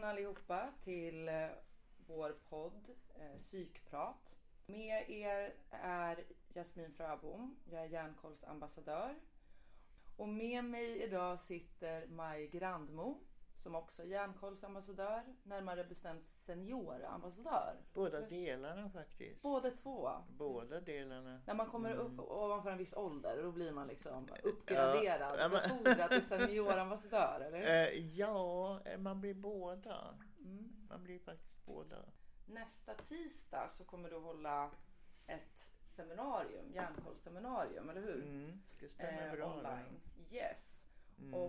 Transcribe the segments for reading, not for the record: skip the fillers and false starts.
välkomna allihopa till vår podd Psykprat. Med er är Jasmin Fröbom, jag är Hjärnkollsambassadör. Och med mig idag sitter Maj Grandmo, som också är Hjärnkollsambassadör, närmare bestämt seniorambassadör. Båda delarna faktiskt. Båda två. Båda delarna. När man kommer upp ovanför en viss ålder, då blir man liksom uppgraderad, befordrad till seniorambassadör, eller? Ja, man blir båda. Man blir faktiskt båda. Nästa tisdag så kommer du hålla ett seminarium, hjärnkollsseminarium, eller hur? Det stämmer bra. Online. Yes. Och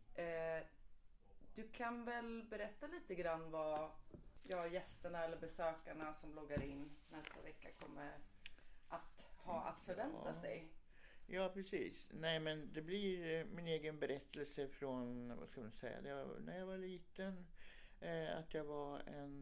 du kan väl berätta lite grann vad gästerna eller besökarna som loggar in nästa vecka kommer att ha att förvänta sig? Ja, precis. Nej, men det blir min egen berättelse från, vad ska man säga, när jag var liten. Att jag var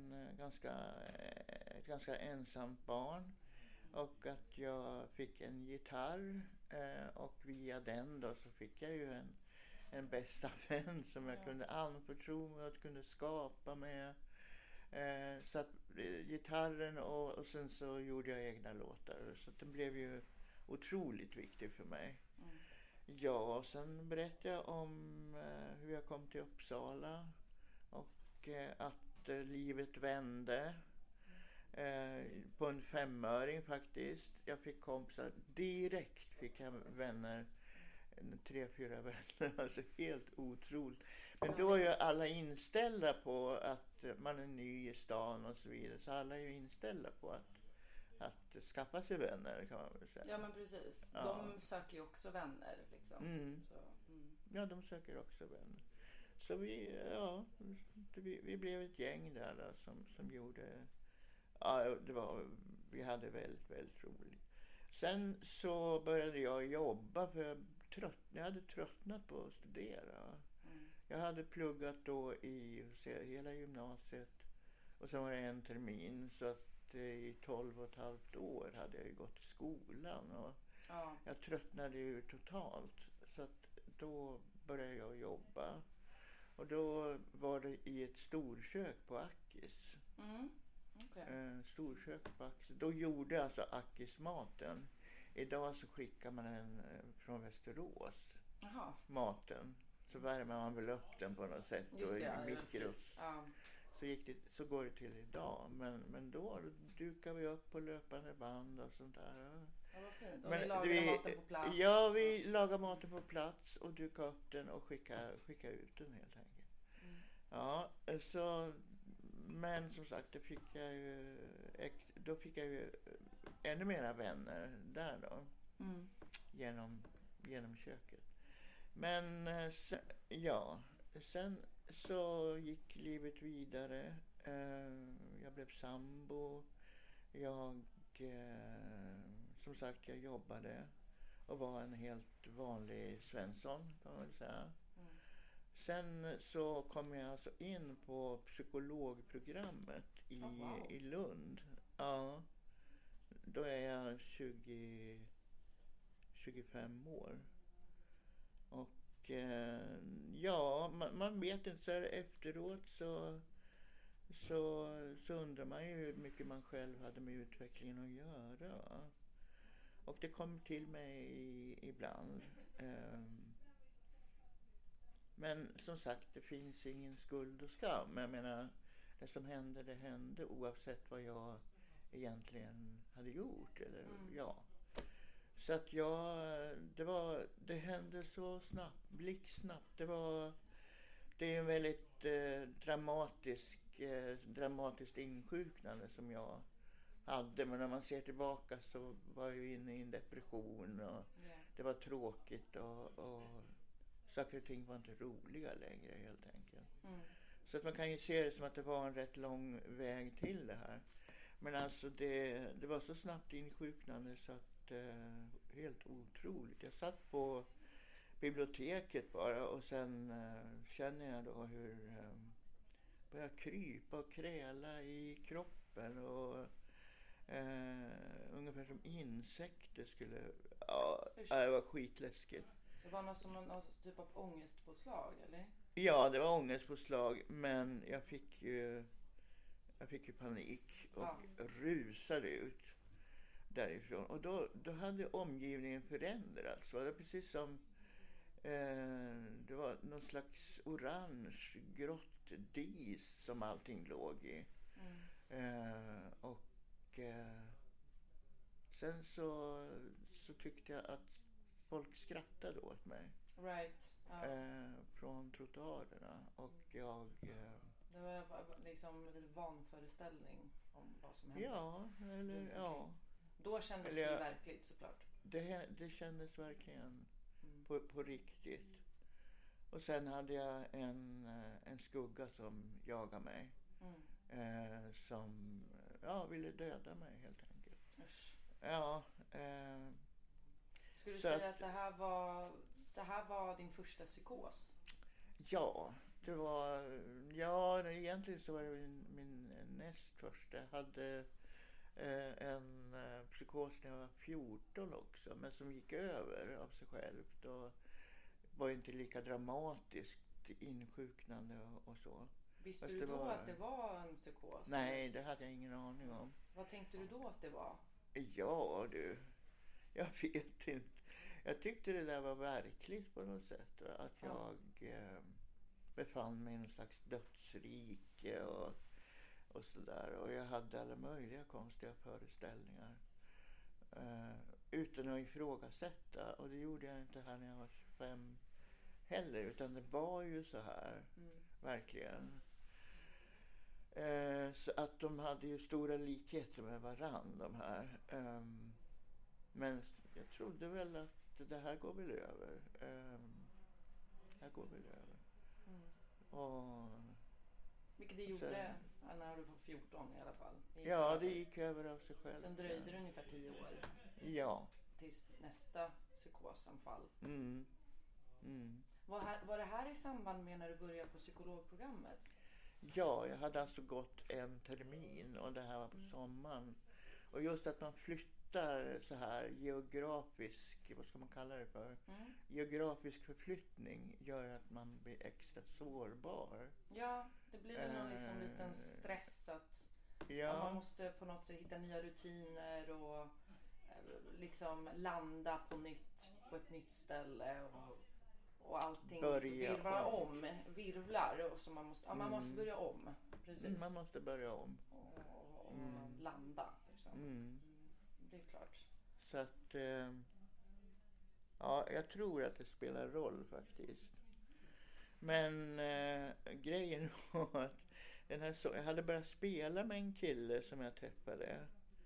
ett ganska ensamt barn. Och att jag fick en gitarr. Och via den då så fick jag ju en bästa vän som jag kunde anförtro mig och kunde skapa med. Så att gitarren och sen så gjorde jag egna låtar. Så att det blev ju otroligt viktigt för mig. Ja, och sen berättade jag om hur jag kom till Uppsala. Och att livet vände. På en 5-öring faktiskt. Jag fick kompisar. Direkt fick jag vänner. 3-4 vänner. Alltså helt otroligt. Men då är ju alla inställda på att man är ny i stan och så vidare. Så alla är ju inställda på att skaffa sig vänner, kan man väl säga. Ja, men precis. Ja. De söker ju också vänner liksom. Ja, de söker också vänner. Så vi blev ett gäng där då, som gjorde... Ja, vi hade väldigt, väldigt roligt. Sen så började jag jobba för jag hade tröttnat på att studera. Jag hade pluggat då i hela gymnasiet och sen var det en termin, så att i 12,5 år hade jag ju gått i skolan och jag tröttnade ju totalt, så att då började jag jobba och då var det i ett storkök på Ackis. Storkök på Ackis. Då gjorde alltså Ackis maten. Idag så skickar man den från Västerås. Maten. Så värmer man väl upp den på något sätt. Just det, och i mikros. Så går det till idag. Men då dukar vi upp på löpande band och sånt där. Ja, vad fint. Och ni lagar maten på plats? Ja, vi lagar maten på plats och dukar upp den och skicka ut den helt enkelt. Ja, så... Men som sagt, då fick jag ju ännu mera vänner där då. Genom köket. Men sen så gick livet vidare. Jag blev sambo. Som sagt, jag jobbade och var en helt vanlig Svensson, kan man väl säga. Sen så kom jag alltså in på psykologprogrammet i Lund. Ja. Då är jag 25 år. Och man vet inte, så här efteråt så undrar man ju hur mycket man själv hade med utvecklingen att göra. Och det kom till mig ibland. Men som sagt, det finns ingen skuld och skam. Jag menar, det som hände, det hände oavsett vad jag egentligen hade gjort. Eller, Så att det hände så snabbt, blixtsnabbt. Det är en väldigt dramatiskt insjuknande som jag hade. Men när man ser tillbaka så var jag ju inne i en depression och det var tråkigt och saker och ting var inte roliga längre helt enkelt. Så att man kan ju se det som att det var en rätt lång väg till det här. Men alltså det var så snabbt insjuknande så att helt otroligt. Jag satt på biblioteket bara och sen känner jag då hur börjar krypa och kräla i kroppen och ungefär som insekter skulle... Ja, det var skitläskigt. Det var någon typ av ångestpåslag, eller? Ja, det var ångestpåslag, men jag fick ju panik och rusade ut därifrån. Och då hade omgivningen förändrats. Det var precis som det var någon slags orange, grått dis som allting låg i. Sen så tyckte jag att folk skrattade åt mig. Right. Från trottoarerna. Och jag... det var liksom lite vanföreställning om vad som hände. Ja, eller ja. Då kändes det verkligt såklart. Det kändes verkligen på riktigt. Och sen hade jag en skugga som jagade mig. Som ville döda mig helt enkelt. Usch. Ja. Skulle du säga att det här var din första psykos? Ja, det var... Ja, egentligen så var det min näst första. Jag hade en psykos när jag var 14 också, men som gick över av sig självt och var inte lika dramatiskt insjuknande och så. Visste du då att det var en psykos? Nej, det hade jag ingen aning om. Vad tänkte du då att det var? Ja, jag vet inte. Jag tyckte det där var verkligt på något sätt. Att jag befann mig i någon slags dödsrike och sådär. Och jag hade alla möjliga konstiga föreställningar. Utan att ifrågasätta. Och det gjorde jag inte här när jag var 25 heller. Utan det var ju så här. Verkligen. Så att de hade ju stora likheter med varann, de här. Men jag trodde väl att det här går väl över. Vilket det gjorde när du var 14 i alla fall. Det gick över av sig själv. Sen dröjde det ungefär 10 år. Ja. Tills nästa psykosanfall. Var det här i samband med när du började på psykologprogrammet? Ja, jag hade alltså gått en termin och det här var på sommaren. Och just att man flyttar så här geografisk, vad ska man kalla det för? Geografisk förflyttning gör att man blir extra sårbar. Ja, det blir väl någon liksom liten stress att man måste på något sätt hitta nya rutiner och liksom landa på ett nytt ställe och allting virvlar och så man måste börja om. Precis. Man måste börja om. Och landa liksom. Det är klart. Så att jag tror att det spelar roll faktiskt. Men grejen var att jag hade börjat spela med en kille som jag träffade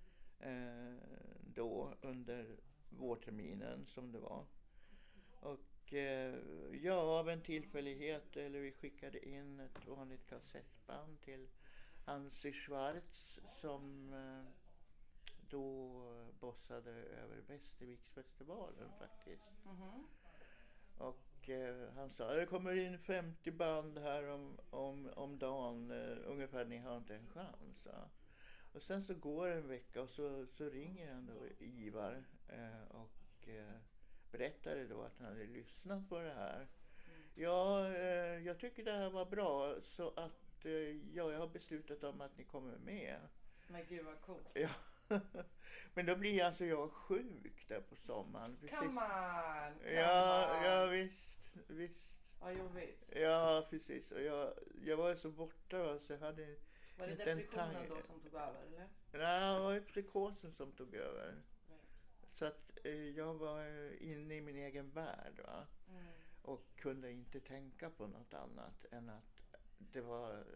då under vårterminen som det var. Och av en tillfällighet, eller vi skickade in ett vanligt kassettband till Hansi Schwarz som då bossade över Västerviksfestivalen faktiskt. Och han sa, det kommer in 50 band här om dagen, ungefär, ni har inte en chans. Ja. Och sen så går en vecka och så ringer han då Ivar och berättade då att han hade lyssnat på det här. Jag tycker det här var bra, så att jag har beslutat om att ni kommer med. Men gud vad coolt. Ja. Men då blir alltså jag sjuk där på sommaren. Precis. Come on. Ja, visst. Ja, jobbigt. Ja, precis. Och jag var så borta, så jag hade... Var det depressionen då som tog över, eller? Nej, det var psykosen som tog över. Right. Så att jag var inne i min egen värld, va? Och kunde inte tänka på något annat än att det var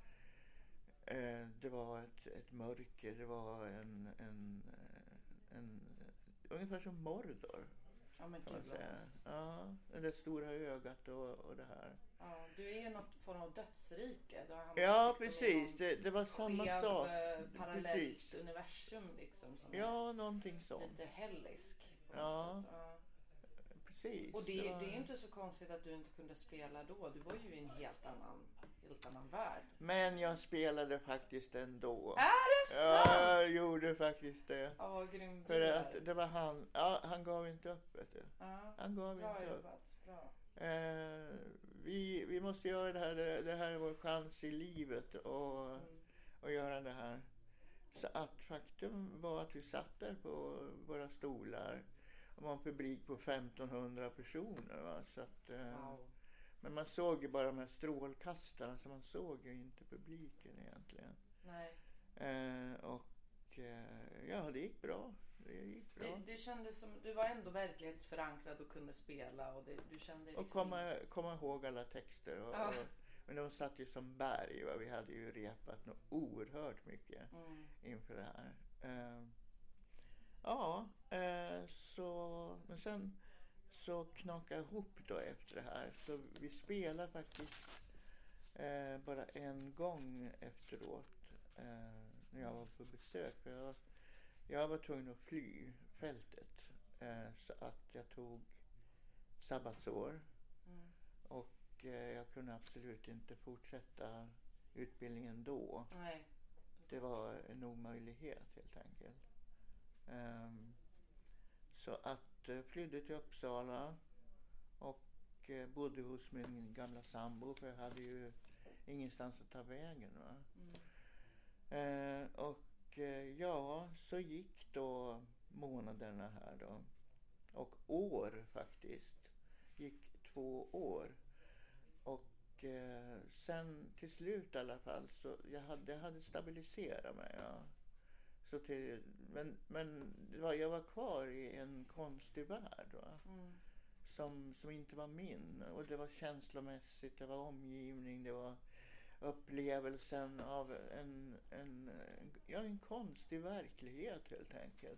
ett mörker, det var en ungefär som Mordor. Ja, men gud vad hemskt. Ja, det stora ögat och det här. Ja, du är något form av dödsrike. Ja, precis. Det var samma sak. Parallellt precis. Universum liksom. Som någonting sånt. Lite hellisk på något sätt. Ja. Precis. Och det är inte så konstigt att du inte kunde spela då. Du var ju i en helt annan värld. Men jag spelade faktiskt ändå. Är det sant? Ja, jag gjorde faktiskt det. Ja, vad grymt. För att det var han gav inte upp, vet du. Ja, han gav bra inte jobbat. upp. Bra. Vi måste göra det här. Det här är vår chans i livet och göra det här. Så att faktum var att vi satt där på våra stolar. Och var en publik på 1500 personer. Va? Så att, Wow. men man såg ju bara de här strålkastarna, så man såg ju inte publiken egentligen. Nej. Ja, det gick bra. Det kändes som, du var ändå verklighetsförankrad och kunde spela och du kände liksom... Och komma ihåg alla texter. Men de satt ju som berg. Va? Vi hade ju repat något oerhört mycket inför det här. Men sen så knakade jag ihop då efter det här. Så vi spelade faktiskt bara en gång efteråt när jag var på besök. För jag var tvungen att fly fältet. Så att jag tog sabbatsår. Och jag kunde absolut inte fortsätta utbildningen då. Nej. Det var en omöjlighet helt enkelt. Så att flydde till Uppsala och bodde hos min gamla sambo, för jag hade ju ingenstans att ta vägen. Va? Så gick då månaderna här då. Och år faktiskt. Gick 2 år. Och sen till slut i alla fall så jag hade stabiliserat mig. Ja. Så jag var kvar i en konstig värld. Va? Som inte var min. Och det var känslomässigt, det var omgivning, det var upplevelsen av en konstig verklighet helt enkelt.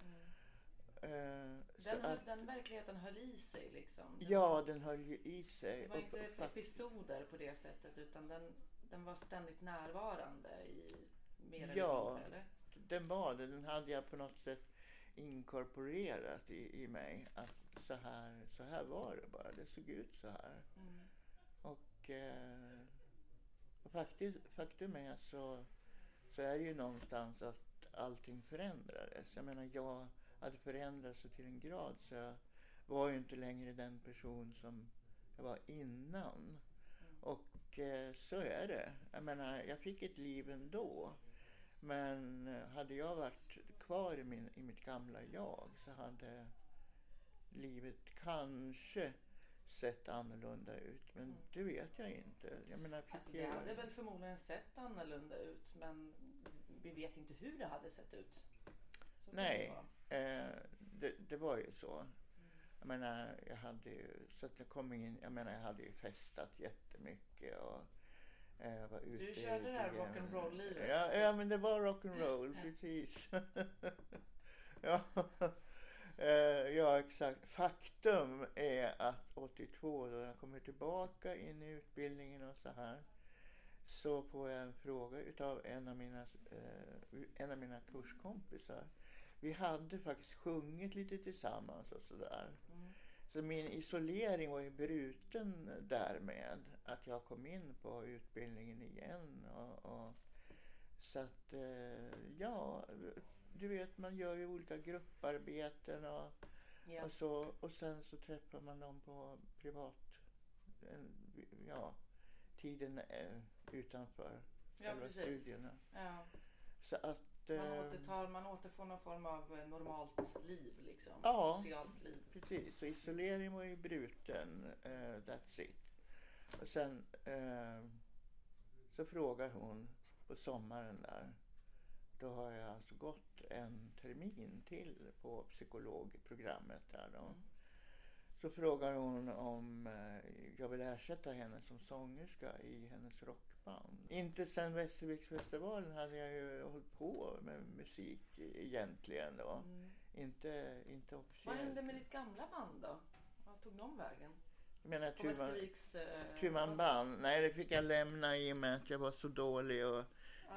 Den verkligheten höll i sig liksom. Den höll ju i sig. Det var inte episoder på det sättet, utan den var ständigt närvarande i mer eller mindre, eller? Den var det. Den hade jag på något sätt inkorporerat i mig. Att så här var det bara. Det såg ut så här. Och faktum är så är det ju någonstans att allting förändrades. Jag menar, jag hade förändrats till en grad, så jag var ju inte längre den person som jag var innan. Och så är det. Jag menar, jag fick ett liv ändå. Men hade jag varit kvar i mitt gamla jag, så hade livet kanske sett annorlunda ut. Men det vet jag inte. Jag menar, det hade väl förmodligen sett annorlunda ut, men vi vet inte hur det hade sett ut. Så nej, det var ju så. Jag menar, jag hade ju, så att jag kom in, jag hade ju festat jättemycket och var ute. Du körde det här rock'n'roll-livet. Ja, men det var rock'n'roll, precis. Ja, exakt. Faktum är att 82, då jag kommer tillbaka in i utbildningen och så här, så får jag en fråga utav en av mina kurskompisar. Vi hade faktiskt sjungit lite tillsammans och sådär. Så min isolering var ju bruten därmed att jag kom in på utbildningen igen. Så att, du vet, man gör ju olika grupparbeten och sen så träffar man dem på tiden utanför själva studierna. Ja. Så att man återfår någon form av normalt liv liksom. Ja, socialt liv. Precis. Så isolering var ju bruten. That's it. Och sen så frågar hon på sommaren där. Då har jag alltså gått en termin till på psykologprogrammet här då. Så frågar hon om jag vill ersätta henne som sångerska i hennes rockband. Inte sen Västerviksfestivalen hade jag ju hållit på med musik egentligen då. Inte officiellt. Vad hände med ditt gamla band då? Vad tog de vägen? Jag menar, på Västerviks... Tuman band. Nej, det fick jag lämna i och med att jag var så dålig och...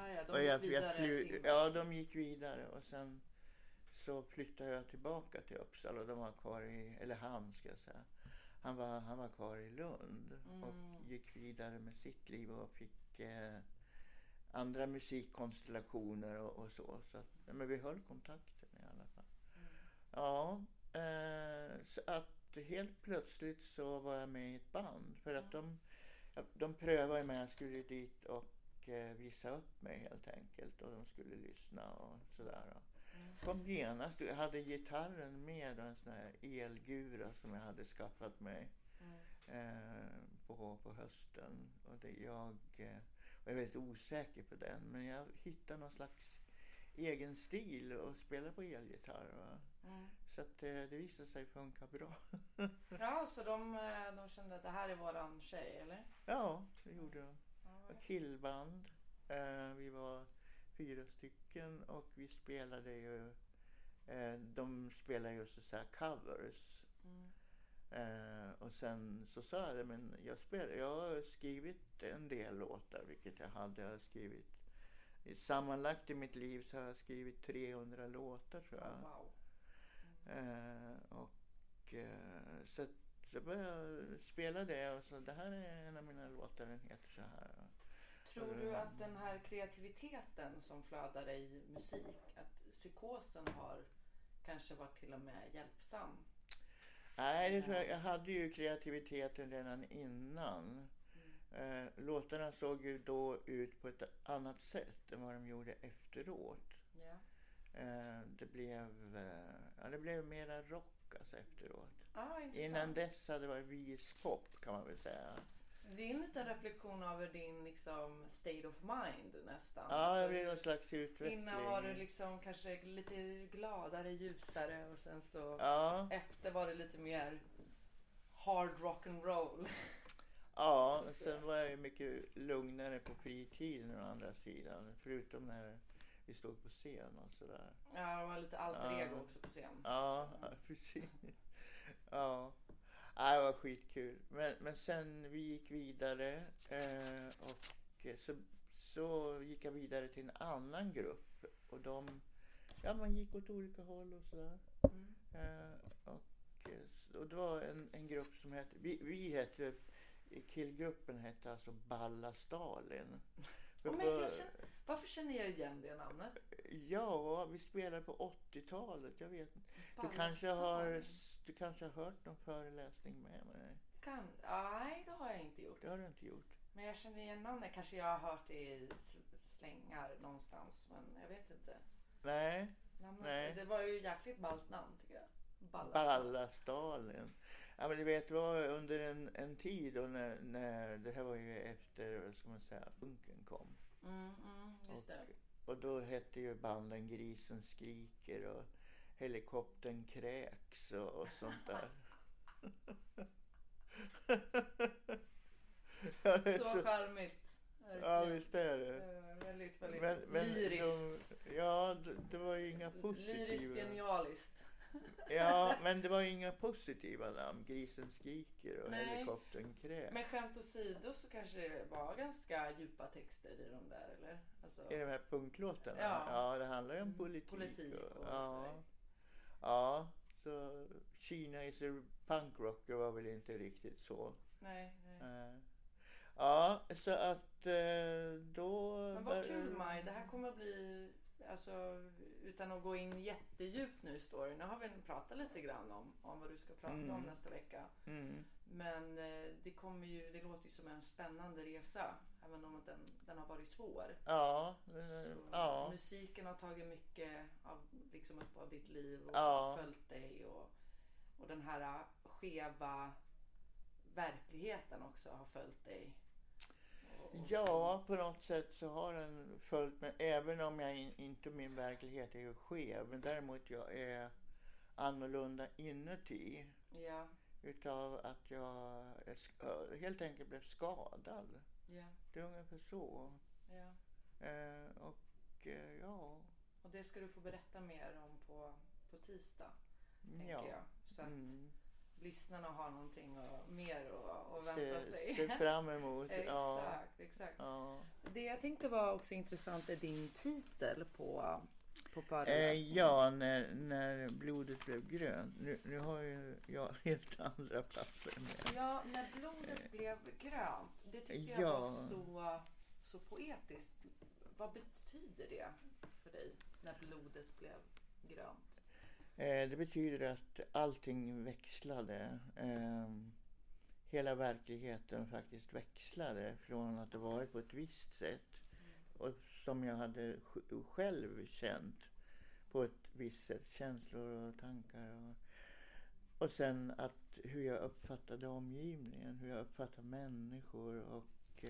de gick vidare och sen så flyttade jag tillbaka till Uppsala och de var kvar han ska jag säga. Han var kvar i Lund och gick vidare med sitt liv och fick andra musikkonstellationer och så att, men vi höll kontakten i alla fall. Ja, så att helt plötsligt så var jag med i ett band. För att de prövade mig, jag skulle dit och visa upp mig helt enkelt. Och de skulle lyssna och sådär. Kom genast, jag hade gitarren med och en sån här elgura som jag hade skaffat mig på hösten. Och jag är väldigt osäker på den, men jag hittade någon slags egen stil och spela på elgitarr. Så att det visade sig funka bra. Ja, så de kände att det här är våran tjej, eller? Ja, det gjorde de. Ett killband. Vi var 4 stycken och vi spelade ju de spelade ju så här covers. Och sen så sa jag det, men jag har skrivit en del låtar, vilket jag hade skrivit. Sammanlagt i mitt liv så har jag skrivit 300 låtar, tror jag. Wow. Så jag började spela det och så det här är en av mina låtar, den heter så här. Tror du att den här kreativiteten som flödar i musik, att psykosen har kanske varit till och med hjälpsam? Nej, det tror jag hade ju kreativiteten redan innan. Låtarna såg ju då ut på ett annat sätt än vad de gjorde efteråt. Ja. Det blev mera rock alltså efteråt. Innan dess hade det varit vispop, kan man väl säga. Det är en liten reflektion över din liksom state of mind nästan. Ja, det blir någon slags utveckling. Innan var du liksom kanske lite gladare, ljusare och sen så efter var det lite mer hard rock and roll. Ja, sen var jag mycket lugnare på fritiden å andra sidan. Förutom när vi stod på scen och sådär. Ja, det var lite alter ego också på scen. Ja, precis. Ja. Det var skitkul. Men sen vi gick vidare och så gick jag vidare till en annan grupp. Och man gick åt olika håll och sådär. Och det var en grupp som hette, vi hette, killgruppen hette alltså Balla Stalin. Varför känner jag igen det namnet? Ja, vi spelade på 80-talet, jag vet inte. Du kanske har hört någon föreläsning med mig? Nej, det har jag inte gjort. Det har du inte gjort. Men jag känner igen namnet. Kanske jag har hört det i slängar någonstans, men jag vet inte. Nej. Det var ju jäkligt ballt namn, tycker jag. Balla Stalin. Ja, men du vet, det var under en tid då när det här var ju efter, vad ska man säga, punken kom. Just det. Och då hette ju banden Grisen skriker och Helikoptern kräks och sånt där. Så charmigt. Ja, visst är det. Väldigt, väldigt lyriskt. Det var ju inga positiva. Lyriskt genialiskt. Ja, men det var ju inga positiva namn. Grisen skriker och Helikoptern kräks. Men skämt åsido så kanske det var ganska djupa texter i de där, eller? Alltså... I de här punklåtarna? Ja, det handlar ju om politik. Så Kina is a punkrocker var väl inte riktigt så. Nej. Ja, så att då... Men vad kul, Maj. Det här kommer bli... Alltså, utan att gå in jättedjupt nu i storyn. Nu har vi pratat lite grann om vad du ska prata om nästa vecka. Men det låter ju som en spännande resa. Även om den har varit svår. Musiken har tagit mycket upp av ditt liv och följt dig. Och den här skeva verkligheten också har följt dig. Ja, på något sätt så har den följt mig, även om min verklighet är ju skev, men däremot jag är annorlunda inuti. Ja. Utav att jag helt enkelt blev skadad. Ja. Det är ungefär så. Ja. Och det ska du få berätta mer om på tisdag, tänker jag. Så att lyssnarna har någonting mer att vänta sig. Se fram emot. Exakt. Ja. Det jag tänkte var också intressant är din titel på föreläsningen. När blodet blev grönt. Nu har ju jag helt andra papper med. Ja, när blodet blev grönt. Det tycker jag var så poetiskt. Vad betyder det för dig när blodet blev grönt? Det betyder att allting växlade. Hela verkligheten faktiskt växlade från att det varit på ett visst sätt och som jag hade själv känt på ett visst sätt, känslor och tankar och sen att hur jag uppfattade omgivningen, hur jag uppfattade människor och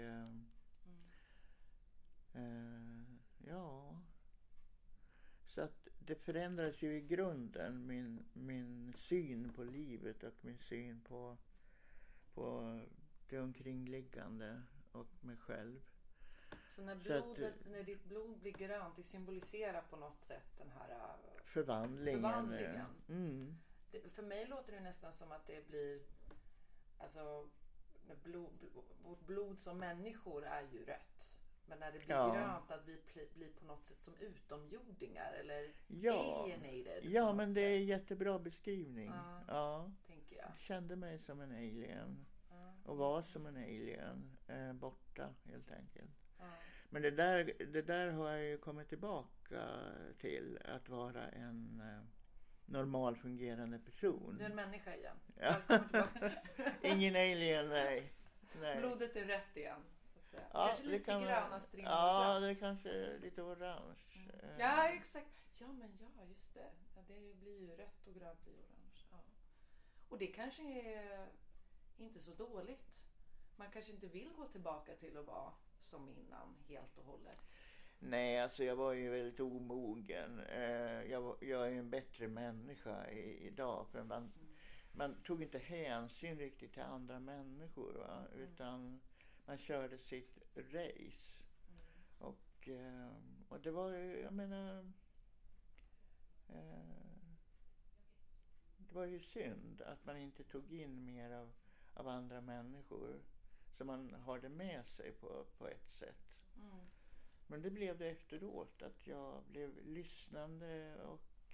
ja, så att det förändrades ju i grunden min syn på livet och min syn på det omkringliggande och mig själv. Så när när ditt blod blir grönt, det symboliserar på något sätt den här förvandlingen. För mig låter det nästan som att det blir, alltså vårt blod som människor är ju rött. Men när det blir grönt, att vi blir på något sätt som utomjordingar eller alienated. Ja, men det är en jättebra beskrivning. Ja, tänker jag. Kände mig som en alien. Och var som en alien. Borta, helt enkelt. Men det där har jag ju kommit tillbaka till. Att vara en normal fungerande person. Du är en människa igen. Ja. Ingen alien, nej. Blodet är rätt igen. Ja, kanske lite gröna strimlar. Ja, det är kanske lite orange. Ja, exakt. Ja, men just det. Ja, det blir ju rött och grönt blir orange. Ja. Och det kanske är inte så dåligt. Man kanske inte vill gå tillbaka till att vara som innan helt och hållet. Nej, alltså jag var ju väldigt omogen. Jag är en bättre människa idag. För man tog inte hänsyn riktigt till andra människor. Va? Utan man körde sitt race. Och det var ju, jag menar... det var ju synd att man inte tog in mer av andra människor. Så man har det med sig på ett sätt. Men det blev det efteråt. Att jag blev lyssnande och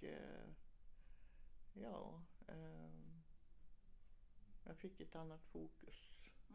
jag fick ett annat fokus.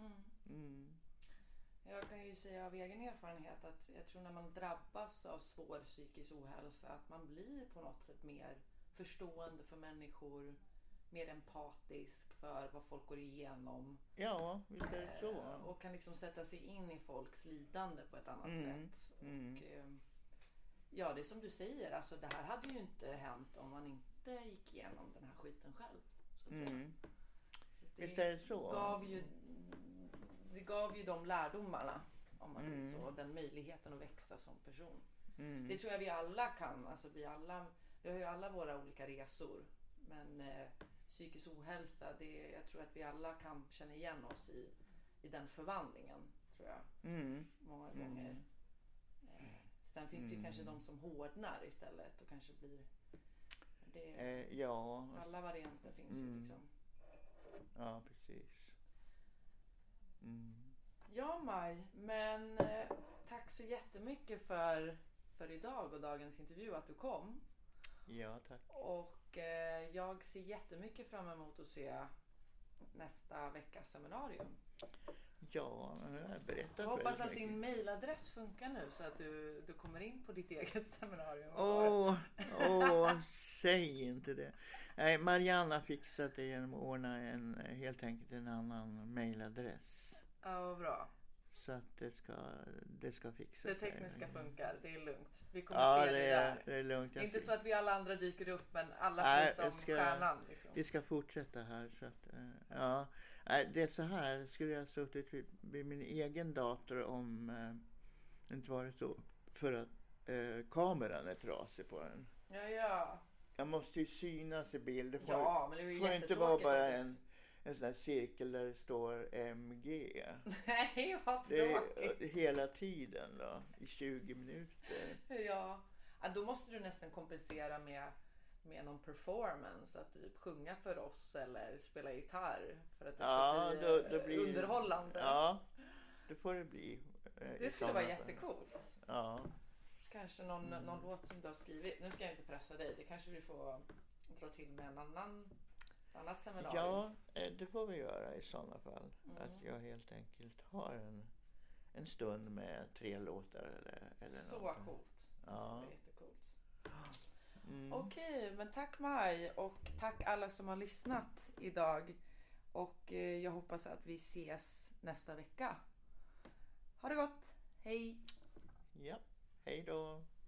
Jag kan ju säga av egen erfarenhet att jag tror när man drabbas av svår psykisk ohälsa att man blir på något sätt mer förstående för människor, mer empatisk för vad folk går igenom. Ja, visst är det så. Och kan liksom sätta sig in i folks lidande på ett annat sätt. Och ja, det är som du säger, alltså det här hade ju inte hänt om man inte gick igenom den här skiten själv. Så att säga. Så visst är det så. Det gav ju de lärdomarna, om man säger så, den möjligheten att växa som person. Det tror jag vi alla kan, alltså vi har ju alla våra olika resor, men psykisk ohälsa, jag tror att vi alla kan känna igen oss i den förvandlingen, tror jag, många gånger. Sen finns det ju kanske de som hårdnar istället och kanske blir alla varianter finns ju liksom. Ja, precis. Ja, Maj, men tack så jättemycket för idag och dagens intervju, att du kom. Ja, tack. Och jag ser jättemycket fram emot att se nästa veckas seminarium. Ja, jag har berättat. Jag hoppas att din mailadress funkar nu så att du kommer in på ditt eget seminarium. Säg inte det. Nej, Marianna fixat det genom att ordna helt enkelt en annan mailadress. Ja, vad bra. Så att det ska fixa sig. Det tekniska funkar, det är lugnt. Vi kommer se det där. Det är lugnt. Inte så att vi alla andra dyker upp, men alla förutom stjärnan. Liksom. Vi ska fortsätta här. Så att, det är så här, skulle jag suttit vid min egen dator om inte var det så. För att kameran är trasig på den. Ja. Jag måste ju synas i bild. Det men det är ju får inte vara bara en sån här cirkel där det står MG. Nej, vad tråkigt. Hela tiden då, i 20 minuter. Ja, då måste du nästan kompensera med någon performance. Att typ sjunga för oss eller spela gitarr. För att det ska bli underhållande. Ja, det får det bli. Det skulle vara jättecoolt. Ja. Kanske någon låt som du har skrivit. Nu ska jag inte pressa dig. Det kanske vi får dra till med en annat seminarium. Ja, det får vi göra i sådana fall. Att jag helt enkelt har en stund med 3 låtar eller så något. Coolt. Ja. Så jättecoolt. Okej, men tack Maj och tack alla som har lyssnat idag. Och jag hoppas att vi ses nästa vecka. Ha det gott, hej! Ja, hej då!